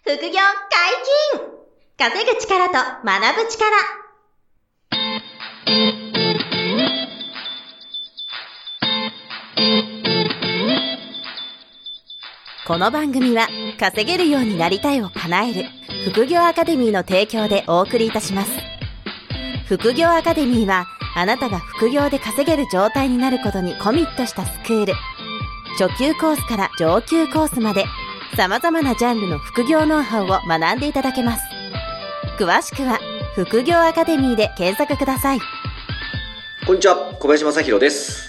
副業解禁！稼ぐ力と学ぶ力。この番組は稼げるようになりたいを叶える副業アカデミーの提供でお送りいたします。副業アカデミーはあなたが副業で稼げる状態になることにコミットしたスクール。初級コースから上級コースまで様々なジャンルの副業ノウハウを学んでいただけます。詳しくは副業アカデミーで検索ください。 こんにちは、小林正弘です。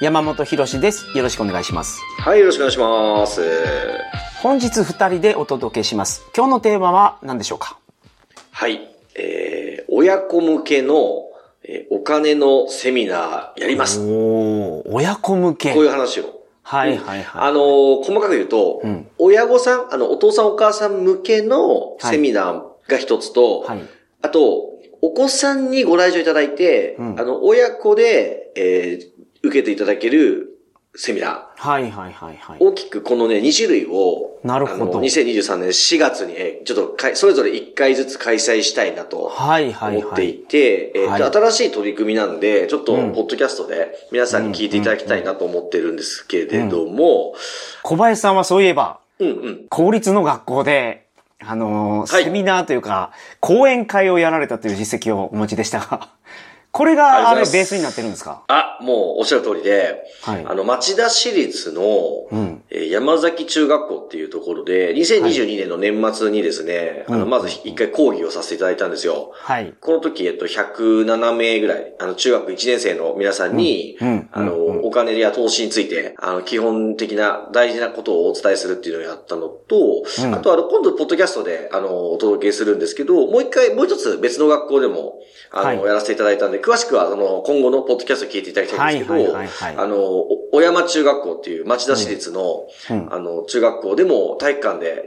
山本博です。よろしくお願いします。 はい、よろしくお願いします。 本日2人でお届けします。今日のテーマは何でしょうか？ はい、親子向けのお金のセミナーやります。 親子向け。 こういう話を。 はいはいはい。 細かく言うと、親御さん、お父さんお母さん向けのセミナーが一つと、はい、あと、お子さんにご来場いただいて、親子で、受けていただけるセミナー。 はいはいはいはい。 大きくこのね、2種類を、 なるほど。 2023年4月に、ちょっとそれぞれ1回ずつ開催したいなと思っていて、新しい取り組みなんで、ちょっと、ポッドキャストで皆さんに聞いていただきたいなと思ってるんですけれども、 小林さんはそういえば、公立の学校で、セミナーというか、講演会をやられたという実績をお持ちでしたが、これがベースになってるんですか？ もうおっしゃる通りで、はい、町田市立の、山崎中学校っていうところで、2022年の年末にですね、まず一回講義をさせていただいたんですよ。はい、この時、107名ぐらい、中学1年生の皆さんに、お金や投資について、基本的な大事なことをお伝えするっていうのをやったのと、あと今度、ポッドキャストで、お届けするんですけど、もう一つ別の学校でも、やらせていただいたんで、詳しくは、今後のポッドキャストを聞いていただきたいんですけど、小山中学校っていう町田市立の、中学校でも体育館で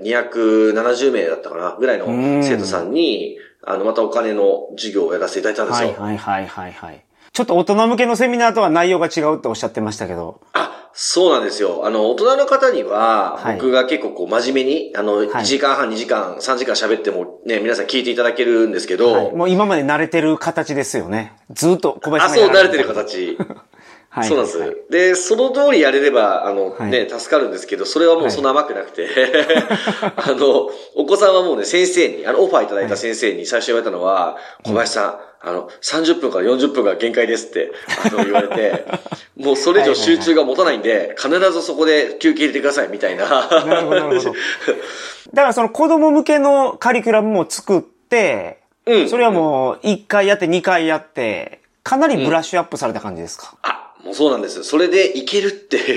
270名だったかな、ぐらいの生徒さんに、またお金の授業をやらせていただいたんですよ。 ちょっと大人向けのセミナーとは内容が違うっておっしゃってましたけど。 そうなんですよ。大人の方には、僕が結構真面目に、1時間半、2時間、3時間喋ってもね、皆さん聞いていただけるんですけど。 もう今まで慣れてる形ですよね。ずっと小林さんそう、慣れてる形。そうなんです。で、その通りやれれば、助かるんですけど、それはもうそんな甘くなくて、お子さんはもうね、先生に、オファーいただいた先生に最初言われたのは、小林さん、30分から40分が限界ですって、言われて、もうそれ以上集中が持たないんで、必ずそこで休憩入れてください、みたいな。 なるほど、なるほど。だからその子供向けのカリキュラムも作って、それはもう1回やって2回やって、かなりブラッシュアップされた感じですか？ もうそうなんです。それでいけるって、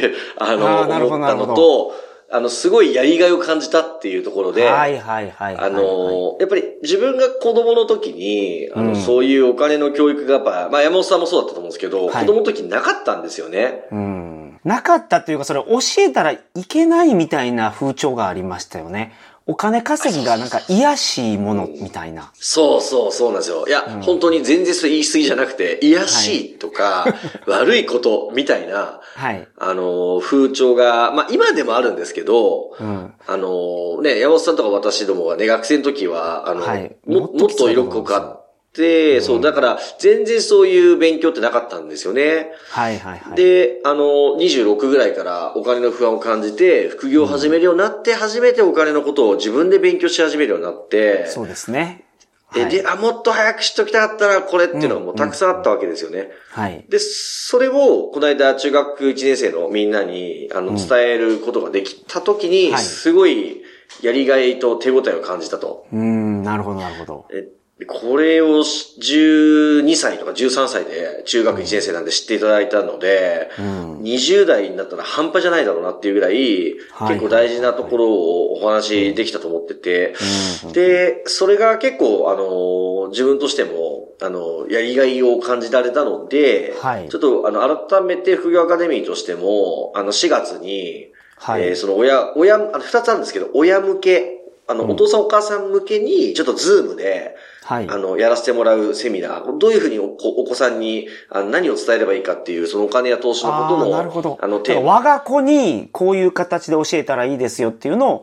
思ったのと、すごいやりがいを感じたっていうところで、やっぱり自分が子供の時に、そういうお金の教育がやっぱ、山本さんもそうだったと思うんですけど、子供の時になかったんですよね。 なかったっていうか、それ教えたらいけないみたいな風潮がありましたよね。お金稼ぎがなんか癒しいものみたいな。 そうなんですよ。いや、本当に全然それ言い過ぎじゃなくて、癒しいとか、悪いことみたいな、風潮が、今でもあるんですけど、山本さんとか私どもがね、学生の時は、もっと色濃かった。そう、だから、全然そういう勉強ってなかったんですよね。で、26ぐらいからお金の不安を感じて、副業を始めるようになって、初めてお金のことを自分で勉強し始めるようになって、 そうですね。 で、もっと早く知っときたかったら、これっていうのがもうたくさんあったわけですよね。で、それを、この間、中学1年生のみんなに、伝えることができたときに、すごい、やりがいと手応えを感じたと。 なるほど、なるほど。 これを12歳とか13歳で中学1年生なんで知っていただいたので、20代になったら半端じゃないだろうなっていうぐらい、結構大事なところをお話できたと思ってて、で、それが結構自分としても、やりがいを感じられたので、ちょっと改めて副業アカデミーとしても、4月に、その2つあるんですけど、親向け、お父さんお母さん向けに、ちょっとズームで、やらせてもらうセミナー、どういうふうにお子さんに何を伝えればいいかっていう、そのお金や投資のことの、 なるほど。我が子にこういう形で教えたらいいですよっていうのを、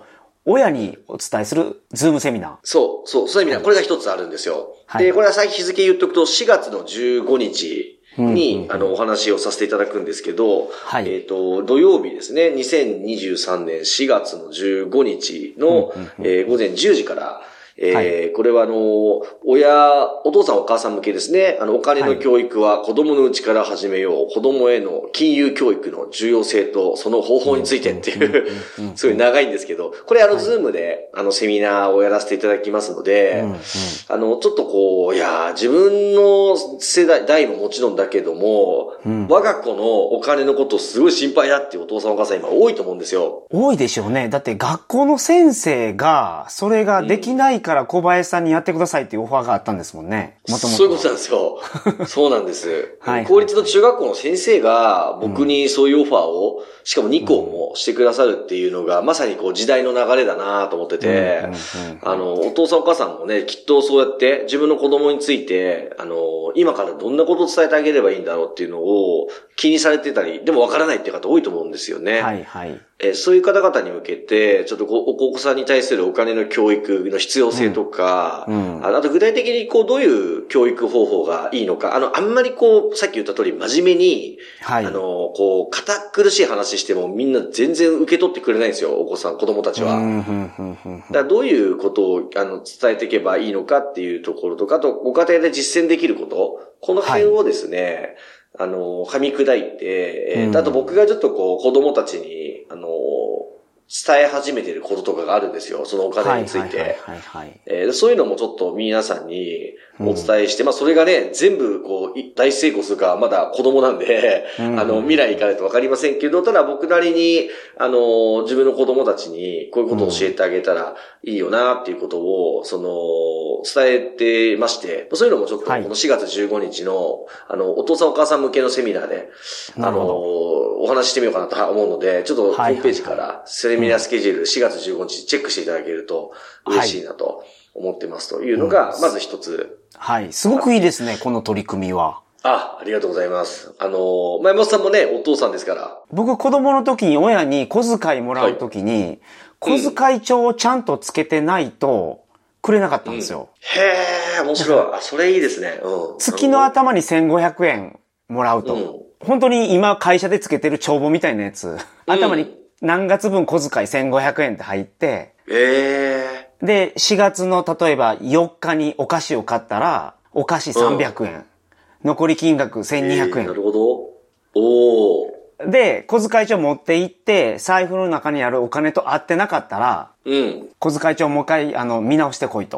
親にお伝えするズームセミナー。 そう、セミナー、これが一つあるんんですよ。はい、で、これは最近日付言っとくと4月の15日に、お話をさせていただくんですけど、はい、土曜日ですね、2023年4月の15日の、午前10時から、これはお父さんお母さん向けですね。お金の教育は子供のうちから始めよう。子供への金融教育の重要性とその方法についてっていう、すごい長いんですけど、これズームでセミナーをやらせていただきますので、ちょっと自分の世代ももちろんだけども、我が子のお金のことをすごい心配だっていうお父さんお母さん今多いと思うんですよ。 多いでしょうね。だって学校の先生が、それができないから小林さんにやってくださいっていうオファーがあったんですもんね。 もともと。そういうことなんですよ。そうなんです。公立の中学校の先生が僕にそういうオファーを、しかも2校もしてくださるっていうのが、まさに時代の流れだなと思ってて、お父さんお母さんもね、きっとそうやって自分の子供について、今からどんなことを伝えてあげればいいんだろうっていうのを気にされてたり、でもわからないっていう方多いと思うんですよね。はいはい。そういう方々に向けて、ちょっとお子さんに対するお金の教育の必要性とか、あと具体的にどういう教育方法がいいのか、あんまりさっき言った通り真面目に、はい、堅苦しい話してもみんな全然受け取ってくれないんですよ、子供たちは。だからどういうことを伝えていけばいいのかっていうところとか、あとご家庭で実践できること、この辺をですね、噛み砕いて、あと僕がちょっと子供たちに、伝え始めていることとかがあるんですよ。そのお金について。そういうのもちょっと皆さんにお伝えして、それがね、全部大成功するか、まだ子供なんで、未来行かないとわかりませんけど、ただ僕なりに、自分の子供たちにこういうことを教えてあげたらいいよなっていうことを、伝えてまして、そういうのもちょっとこの4月15日の、お父さんお母さん向けのセミナーで、お話ししてみようかなと思うので、ちょっとホームページからセミナースケジュール4月15日チェックしていただけると嬉しいなと思ってますというのが、まず一つ。 はい。すごくいいですね、この取り組みは。 ありがとうございます。前本さんもね、お父さんですから。 僕子供の時に親に小遣いもらう時に、小遣い帳をちゃんとつけてないとくれなかったんですよ。 へー、面白い。それいいですね。 月の頭に1500円もらうと。本当に今会社でつけてる帳簿みたいなやつ。頭に何月分小遣い1500円って入って、で、4月の例えば4日にお菓子を買ったら、お菓子300円。残り金額1200円。 なるほど。 で、小遣い帳持って行って、財布の中にあるお金と合ってなかったら、小遣い帳もう一回、見直してこいと。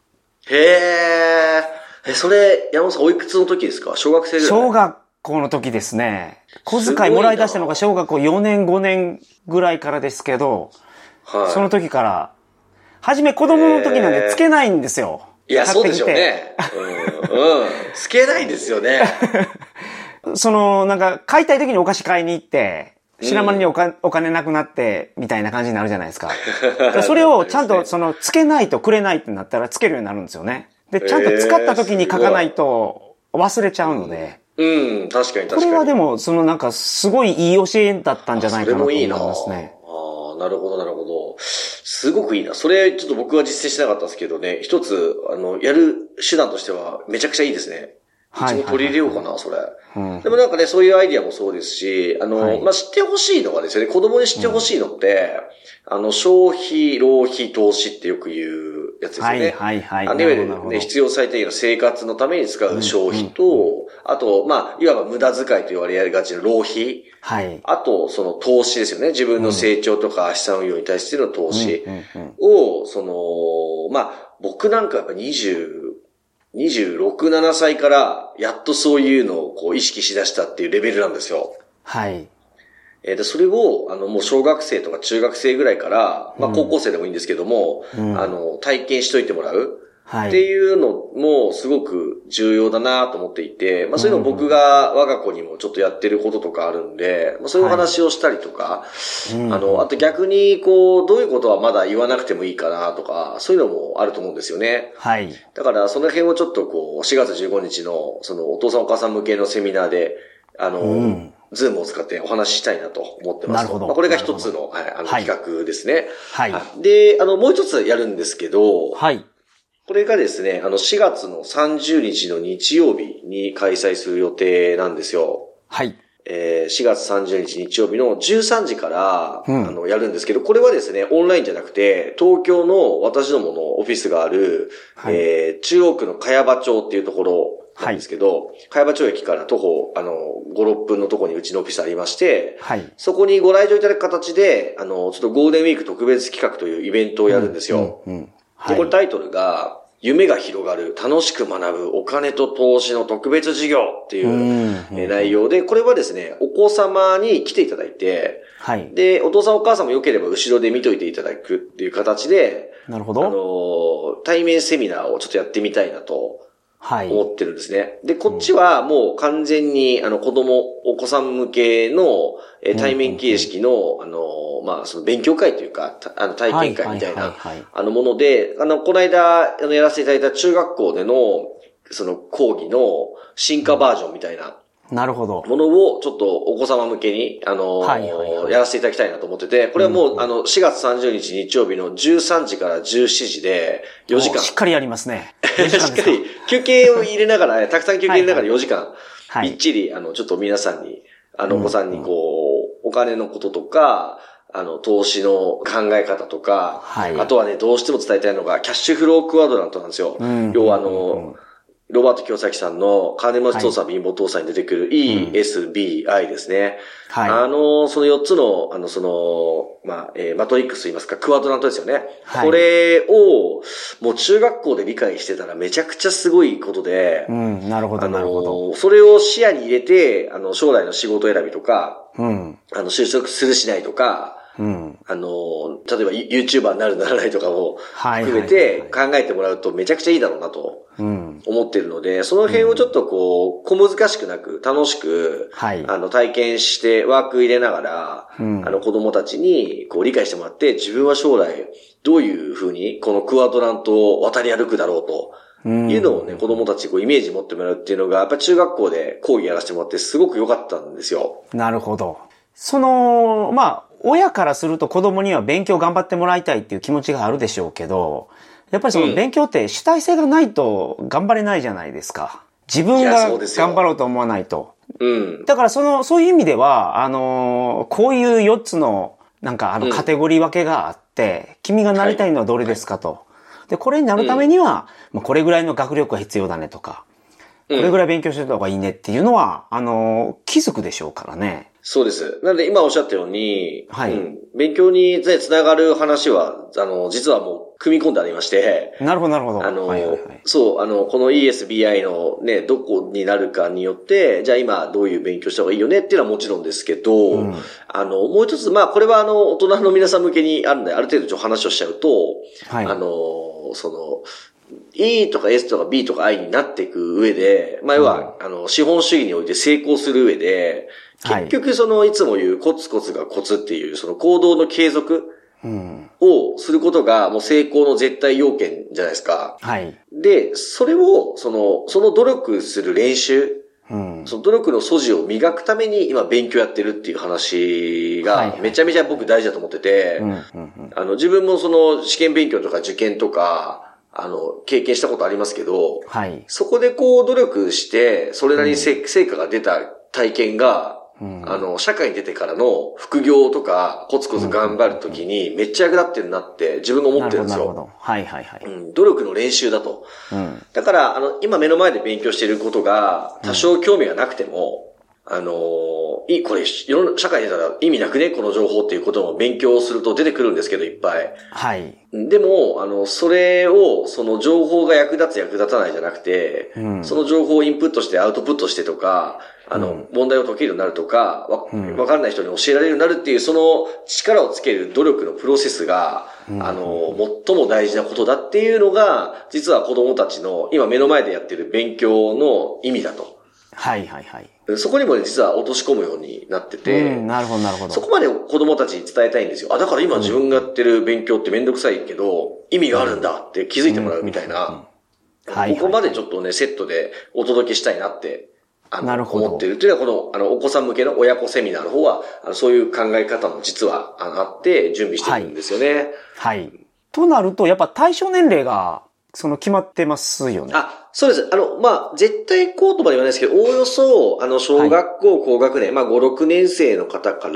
へー。それ、山本さんおいくつの時ですか？小学生ぐらい？ 小学校の時ですね。小遣いもらい出したのが小学校4年5年ぐらいからですけど、その時から、はじめ子供の時なんでつけないんですよ。 いや、そうでしょうね。つけないんですよね。 買いたい時にお菓子買いに行って、知らん間にお金なくなって、みたいな感じになるじゃないですか。それをちゃんと、つけないとくれないってなったらつけるようになるんですよね。で、ちゃんと使った時に書かないと忘れちゃうので。 確かに。 これはでも、すごいいい教えだったんじゃないかなと思いますね。 なるほど。すごくいいな。それ、ちょっと僕は実践しなかったんですけどね、一つ、やる手段としてはめちゃくちゃいいですね。うちも取り入れようかな、それ。でもね、そういうアイディアもそうですし、知ってほしいのがですよね、子供に知ってほしいのって、消費、浪費、投資ってよく言うやつですよね。いわゆるね、必要最低限の生活のために使う消費と、あと、いわば無駄遣いと言われがちな浪費。あと、投資ですよね。自分の成長とか資産運用に対しての投資を、僕なんかやっぱ26、7歳からやっとそういうのを意識しだしたっていうレベルなんですよ。それを、もう小学生とか中学生ぐらいから、高校生でもいいんですけども、体験しといてもらう。っていうのもすごく重要だなと思っていて、そういうのを僕が我が子にもちょっとやってることとかあるんで、そういうお話をしたりとか、あと逆にどういうことはまだ言わなくてもいいかなとか、そういうのもあると思うんですよね。だからその辺をちょっと4月15日のお父さんお母さん向けのセミナーで、 ズームを使ってお話ししたいなと思ってます。 なるほど。 これが一つの、企画ですね。 はい。 で、もう一つやるんですけど、 はい。 これがですね、4月の30日の日曜日に開催する予定なんですよ。 はい。 4月30日日曜日の13時から、やるんですけど、これはですね、オンラインじゃなくて、東京の私どものオフィスがある、はい、中央区の茅場町っていうところなんですけど、茅場町駅から徒歩、5、6分のところにうちのオフィスありまして、はい、そこにご来場いただく形で、ちょっとゴールデンウィーク特別企画というイベントをやるんですよ。で、これタイトルが、夢が広がる、楽しく学ぶ、お金と投資の特別授業っていう内容で、これはですね、お子様に来ていただいて、はい。で、お父さんお母さんも良ければ後ろで見といていただくっていう形で、 なるほど。 対面セミナーをちょっとやってみたいなと。はい。思ってるんですね。で、こっちはもう完全に、お子さん向けの、対面形式の、その勉強会というか、体験会みたいな、もので、この間、やらせていただいた中学校での、その講義の進化バージョンみたいな、 なるほど。 ものをちょっとお子様向けに、やらせていただきたいなと思ってて、これはもう、4月30日日曜日の13時から17時で4時間。 しっかりやりますね。 しっかり、休憩を入れながら、たくさん休憩入れながら4時間、びっちり、ちょっと皆さんに、お子さんにお金のこととか、投資の考え方とか、あとはね、どうしても伝えたいのが、キャッシュフロークワドラントなんですよ。要はロバート清崎さんの金持ち父さん貧乏父さんに出てくる ESBI ですね。はい。その4つの、マトリックスと言いますか、クワドラントですよね。はい。これを、もう中学校で理解してたらめちゃくちゃすごいことで。 なるほど、なるほど。 それを視野に入れて、将来の仕事選びとか、就職するしないとか、例えば YouTuber になるならないとかも含めて考えてもらうとめちゃくちゃいいだろうなと思ってるので、その辺をちょっと小難しくなく楽しく、体験してワーク入れながら、子供たちに理解してもらって、自分は将来どういうふうにこのクワドラントを渡り歩くだろうというのをね、子供たちにイメージ持ってもらうっていうのが、やっぱ中学校で講義やらせてもらってすごく良かったんですよ。 なるほど。親からすると子供には勉強頑張ってもらいたいっていう気持ちがあるでしょうけど、やっぱりその勉強って主体性がないと頑張れないじゃないですか。自分が頑張ろうと思わないと。だからそういう意味では、こういう4つの、カテゴリー分けがあって、君がなりたいのはどれですかと。で、これになるためには、これぐらいの学力が必要だねとか、これぐらい勉強してた方がいいねっていうのは、気づくでしょうからね。 そうです。なので今おっしゃったように、勉強につながる話は、実はもう組み込んでありまして。 なるほど、なるほど。 そう、この ESBI のね、どこになるかによって、じゃあ今どういう勉強した方がいいよねっていうのはもちろんですけど、もう一つ、これは大人の皆さん向けにあるんで、ある程度話をしちゃうと、E とか S とか B とか I になっていく上で、要は、資本主義において成功する上で、結局いつも言うコツコツがコツっていう、行動の継続をすることがもう成功の絶対要件じゃないですか。はい。で、それを、その努力する練習、その努力の素地を磨くために今勉強やってるっていう話がめちゃめちゃ僕大事だと思ってて、自分も試験勉強とか受験とか、経験したことありますけど、はい。そこで努力して、それなりに成果が出た体験が、社会に出てからの副業とかコツコツ頑張るときにめっちゃ役立ってるなって自分が思ってるんですよ。なるほど。はいはいはい。努力の練習だと。だから、今目の前で勉強していることが多少興味がなくても、これ、社会に出たら意味なくねこの情報っていうことも勉強すると出てくるんですけど、いっぱい。はい。でも、それを、その情報が役立つ役立たないじゃなくて、その情報をインプットしてアウトプットしてとか、問題を解けるようになるとか、わからない人に教えられるようになるっていう、その力をつける努力のプロセスが、最も大事なことだっていうのが、実は子供たちの今目の前でやってる勉強の意味だと。はいはいはい。そこにもね、実は落とし込むようになってて、 なるほどなるほど。 そこまで子供たちに伝えたいんですよ。だから今自分がやってる勉強ってめんどくさいけど、意味があるんだって気づいてもらうみたいな、ここまでちょっとね、セットでお届けしたいなって思っているというのは、この、お子さん向けの親子セミナーの方は、そういう考え方も実はあって準備してるんですよね。 はい。となると、やっぱ対象年齢が、決まってますよね。 そうです。絶対こうとまで言わないですけど、おおよそ、小学校高学年、5、6年生の方から、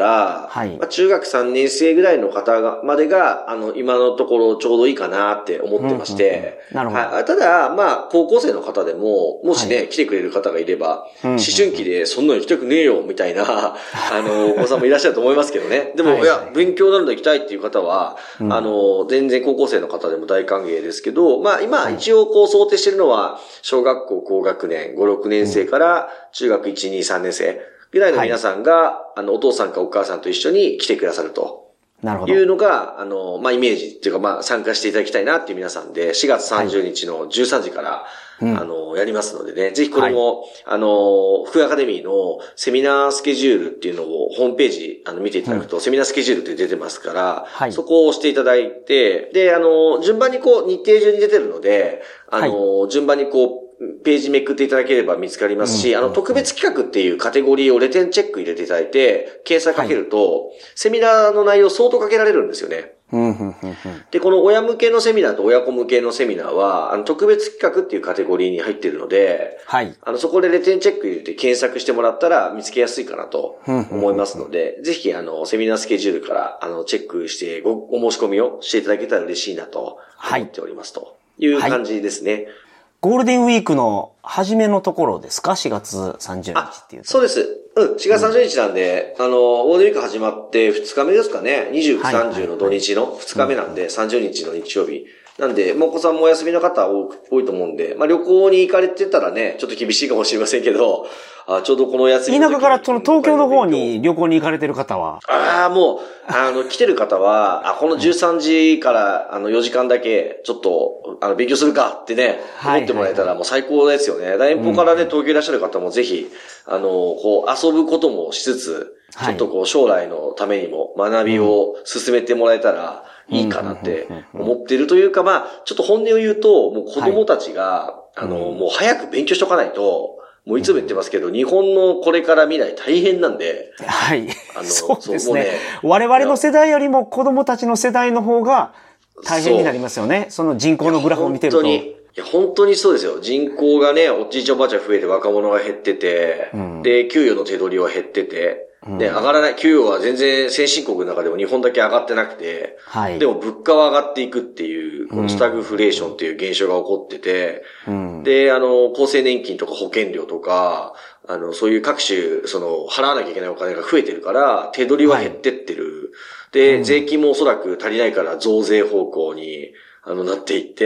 中学3年生ぐらいの方までが、今のところちょうどいいかなって思ってまして、 なるほど。 ただ、高校生の方でも、もしね、来てくれる方がいれば、思春期でそんなの行きたくねえよ、みたいな、お子さんもいらっしゃると思いますけどね。でも、勉強なので行きたいっていう方は、全然高校生の方でも大歓迎ですけど、今、一応想定してるのは、小学校高学年、5、6年生から中学1、2、3年生ぐらいの皆さんが、お父さんかお母さんと一緒に来てくださると。なるほど。いうのが、イメージっていうか、参加していただきたいなっていう皆さんで、4月30日の13時から、やりますのでね、ぜひこれも、福井アカデミーのセミナースケジュールっていうのをホームページ、見ていただくと、セミナースケジュールって出てますから、そこを押していただいて、で、順番に日程順に出てるので、順番にページめくっていただければ見つかりますし、特別企画っていうカテゴリーをレテンチェック入れていただいて、掲載かけると、セミナーの内容相当かけられるんですよね。で、この親向けのセミナーと親子向けのセミナーは、特別企画っていうカテゴリーに入っているので、そこでレテンチェック入れて検索してもらったら見つけやすいかなと思いますので、ぜひ、セミナースケジュールから、チェックしてお申し込みをしていただけたら嬉しいなと思っておりますという感じですね。 ゴールデンウィークの初めのところですか ?4 月30日っていうと。 そうです。4月30日なんで、ゴールデンウィーク始まって2日目ですかね。29、30の土日の2日目なんで、30日の日曜日。なんで、お子さんもお休みの方多いと思うんで、旅行に行かれてたらね、ちょっと厳しいかもしれませんけど、ちょうどこの休みの時に。 田舎から東京の方に旅行に行かれてる方はもう、来てる方は、この13時から4時間だけ、ちょっと、勉強するかってね、思ってもらえたらもう最高ですよね。遠方からね、東京いらっしゃる方もぜひ、遊ぶこともしつつ、ちょっと将来のためにも学びを進めてもらえたら、いいかなって思ってるというか、ちょっと本音を言うと、もう子供たちが、もう早く勉強しとかないと、もういつも言ってますけど、日本のこれから未来大変なんで。 はい。そうですね。我々の世代よりも子供たちの世代の方が大変になりますよね。その人口のグラフを見てると。 本当にそうですよ。人口がね、おじいちゃんおばあちゃん増えて若者が減ってて、で、給与の手取りは減ってて、で、上がらない、給与は全然先進国の中でも日本だけ上がってなくて、でも物価は上がっていくっていう、このスタグフレーションっていう現象が起こってて、で、厚生年金とか保険料とか、そういう各種、払わなきゃいけないお金が増えてるから、手取りは減ってってる。で、税金もおそらく足りないから増税方向に、なっていって、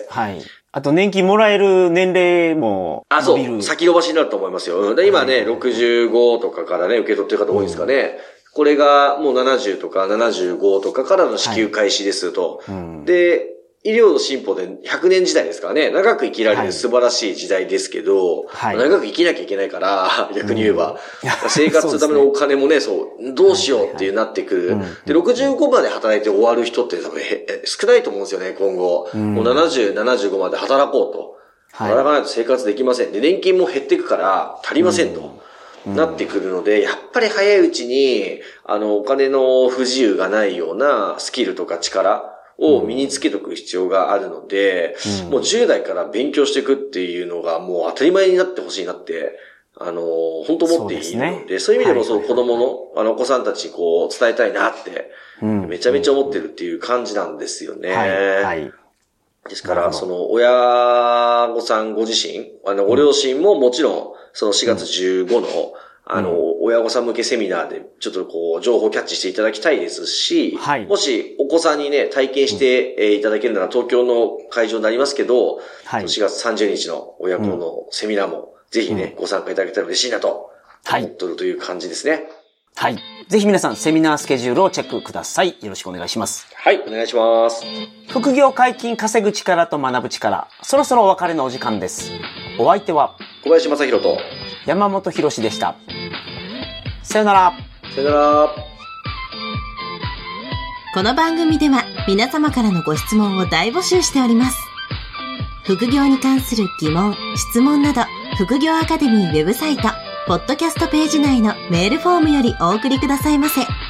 あと年金もらえる年齢も伸びる。 そう、先延ばしになると思いますよ。で今ね、65とかからね、受け取ってる方多いんですかね。これがもう70とか75とかからの支給開始ですと。で、医療の進歩で100年時代ですからね、長く生きられる素晴らしい時代ですけど、長く生きなきゃいけないから、逆に言えば、生活のためのお金もね、どうしようっていうなってくる。で、65まで働いて終わる人って多分少ないと思うんですよね、今後。もう70、75まで働こうと。働かないと生活できません。で、年金も減っていくから足りませんと。なってくるので、やっぱり早いうちに、お金の不自由がないようなスキルとか力、を身につけとく必要があるので、もう10代から勉強していくっていうのがもう当たり前になってほしいなって、本当思っているので、そういう意味でも子供の、お子さんたちに伝えたいなって、めちゃめちゃ思ってるっていう感じなんですよね。ですから、親御さんご自身、ご両親ももちろん、4月15の、親御さん向けセミナーでちょっと情報をキャッチしていただきたいですし、もしお子さんにね、体験していただけるなら東京の会場になりますけど、4月30日の親子のセミナーもぜひね、ご参加いただけたら嬉しいなと思ってるという感じですね。 はい。ぜひ皆さんセミナースケジュールをチェックください。よろしくお願いします。 はい、お願いします。 副業解禁稼ぐ力と学ぶ力、そろそろお別れのお時間です。お相手は小林正弘と山本博史でした。さよなら。 さよなら。 この番組では皆様からのご質問を大募集しております。副業に関する疑問、質問など、副業アカデミーウェブサイトポッドキャストページ内のメールフォームよりお送りくださいませ。